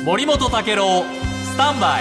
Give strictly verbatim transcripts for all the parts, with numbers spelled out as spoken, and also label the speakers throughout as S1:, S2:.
S1: 森本武郎スタンバイ。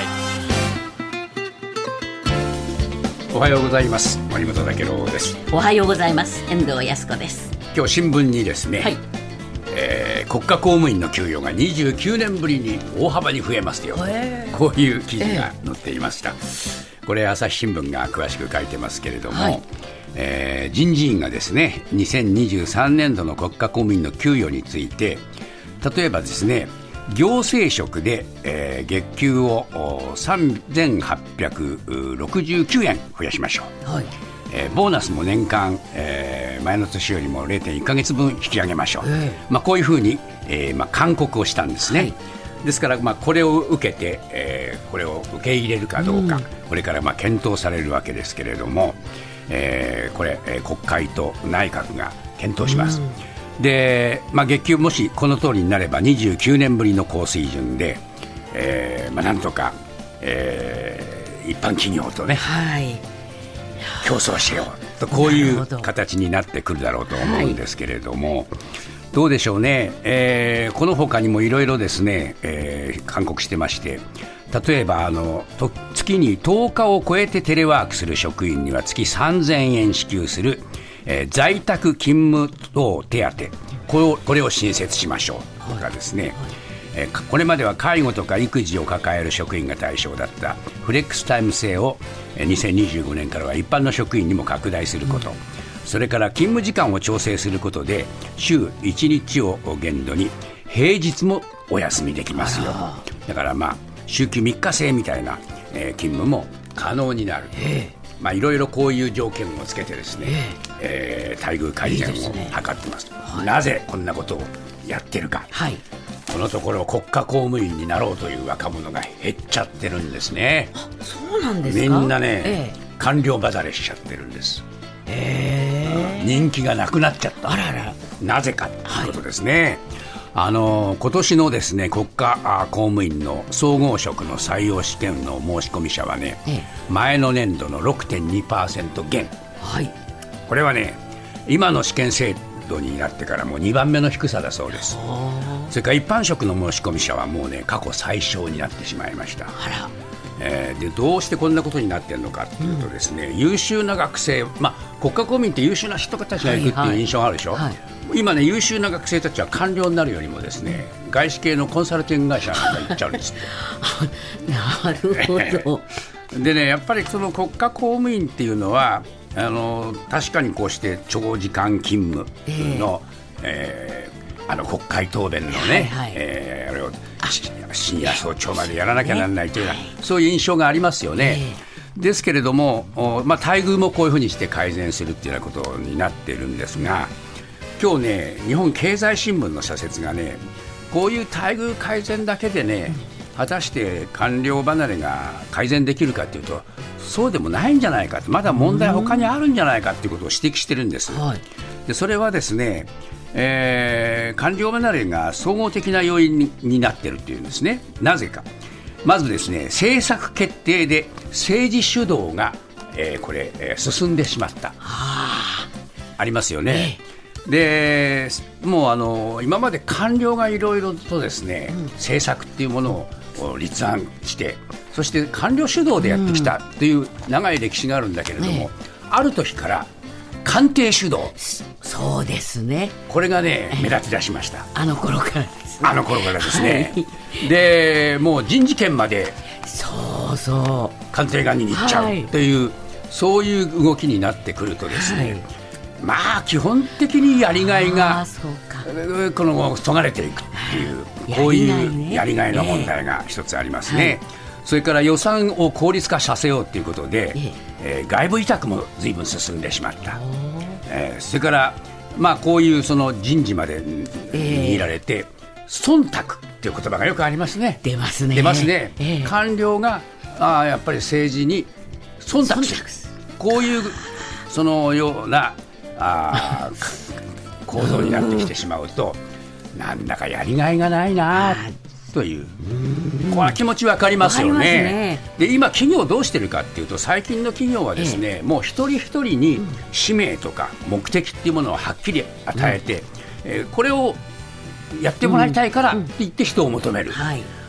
S2: おはようございます。森本武郎です。
S3: おはようございます。遠藤康子です。
S2: 今日新聞にですね、はいえー、国家公務員の給与がにじゅうきゅうねんぶりに大幅に増えますよ、えー、こういう記事が載っていました、えー、これ朝日新聞が詳しく書いてますけれども、はいえー、人事院がですねにせんにじゅうさんねんどの国家公務員の給与について、例えばですね行政職で、えー、月給をさんぜんはっぴゃくろくじゅうきゅうえん増やしましょう、はいえー、ボーナスも年間、えー、前の年よりも れいてんいっかげつぶん引き上げましょう、えーまあ、こういうふうに、えーまあ、勧告をしたんですね、はい、ですから、まあ、これを受けて、えー、これを受け入れるかどうか、うん、これからまあ検討されるわけですけれども、えー、これ、えー、国会と内閣が検討します、うんでまあ、月給もしこの通りになればにじゅうきゅうねんぶりの高水準で、えーまあ、なんとか、えー、一般企業とね、はい、競争しようとこういう形になってくるだろうと思うんですけれども、はい、どうでしょうね、えー、この他にもいろいろですね、えー、勧告してまして、例えばあのと月にとおかを超えてテレワークする職員には月さんぜんえん支給するえー、在宅勤務等手当これを、これを新設しましょうとかですね、はいえー、これまでは介護とか育児を抱える職員が対象だったフレックスタイム制を、えー、にせんにじゅうごねんからは一般の職員にも拡大すること、うん、それから勤務時間を調整することで週いちにちを限度に平日もお休みできますよ。だからまあ週休みっか制みたいな、えー、勤務も可能になる。まあ、いろいろこういう条件をつけてですね、えーえー、待遇改善を図ってます。いいはい、なぜこんなことをやってるか、はい、このところ国家公務員になろうという若者が減っちゃってるんですね。
S3: あ、そうなんですか。
S2: みんなね、えー、官僚離れしちゃってるんです、えー、人気がなくなっちゃった。あららなぜかということですね、はいあの今年のですね国家公務員の総合職の採用試験の申し込み者はね、ええ、前の年度の ろくてんにパーセント 減、はい、これはね今の試験制度になってからもうにばんめの低さだそうです。それから一般職の申し込み者はもうね過去最小になってしまいました。あらえー、でどうしてこんなことになっているのかというとですね、うん、優秀な学生、まあ、国家公務員って優秀な人たちが行くっていう印象があるでしょ、はいはいはい今ね優秀な学生たちは官僚になるよりもですね外資系のコンサルティング会社なんか行っちゃうんです
S3: なるほ
S2: どでねやっぱりその国家公務員っていうのはあの確かにこうして長時間勤務の、えーえー、あの国会答弁のね、はいはいえー、あれを深夜早朝までやらなきゃならないというような、ね、そういう印象がありますよね、えー、ですけれども、まあ、待遇もこういうふうにして改善するっていうようなことになっているんですが今日ね日本経済新聞の社説がねこういう待遇改善だけでね果たして官僚離れが改善できるかというとそうでもないんじゃないかとまだ問題は他にあるんじゃないかということを指摘してるんです、はい、でそれはですね、えー、官僚離れが総合的な要因に、になっているというんですね。なぜかまずですね政策決定で政治主導が、えー、これ、えー、進んでしまった、はあ、ありますよね、えーでもうあの今まで官僚がいろいろとですね、うん、政策っていうものを立案してそして官僚主導でやってきたという長い歴史があるんだけれども、うんね、ある時から官邸主導
S3: そうですね
S2: これがね目立ち出しました。
S3: あの頃からですね
S2: あの頃からですね、はい、でもう人事権まで
S3: そうそう
S2: 官邸側に行っちゃうという、はい、そういう動きになってくるとですね、はいまあ基本的にやりがいがこのそがれていくっていうこういうやりがいの問題が一つありますね、えーはい、それから予算を効率化させようということで、えーえー、外部委託も随分進んでしまった、えー、それからまあこういうその人事まで握られて、えー、忖度っていう言葉がよくありますね。
S3: 出ますね
S2: 出ますね、えー、官僚があやっぱり政治に忖度するこういうそのようなあ構造になってきてしまうとなんだかやりがいがないなというこの気持ち分かりますよ ね, ねで今企業どうしてるかっていうと最近の企業はですね、ええ、もう一人一人に使命とか目的っていうものをはっきり与えて、うんえー、これをやってもらいたいからって言って人を求める、うんはい、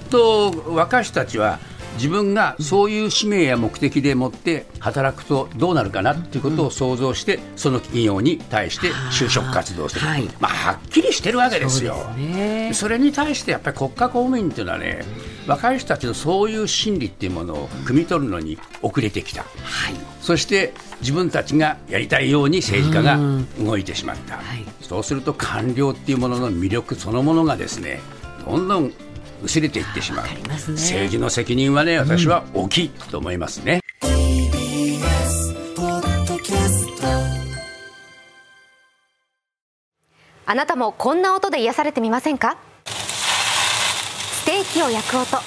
S2: と若い人たちは自分がそういう使命や目的でもって働くとどうなるかなっていうことを想像して、その企業に対して就職活動をする、はい、まあ、はっきりしてるわけですよ。 そうですね。それに対してやっぱり国家公務員っていうのはね、若い人たちのそういう心理っていうものを汲み取るのに遅れてきた、はい、そして自分たちがやりたいように政治家が動いてしまった、はい、そうすると官僚っていうものの魅力そのものがですね、どんどん薄れていってしまう、ね、政治の責任はね、私は大きいと思いますね、うん、
S4: あなたもこんな音で癒されてみませんか？ステーキを焼く音、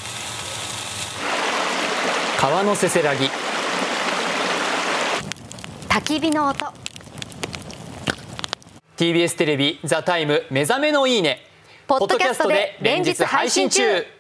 S1: 川のせせらぎ、
S4: 焚き火の音。
S1: ティービーエス テレビザタイム目覚めのいいね、ポッドキャストで連日配信中。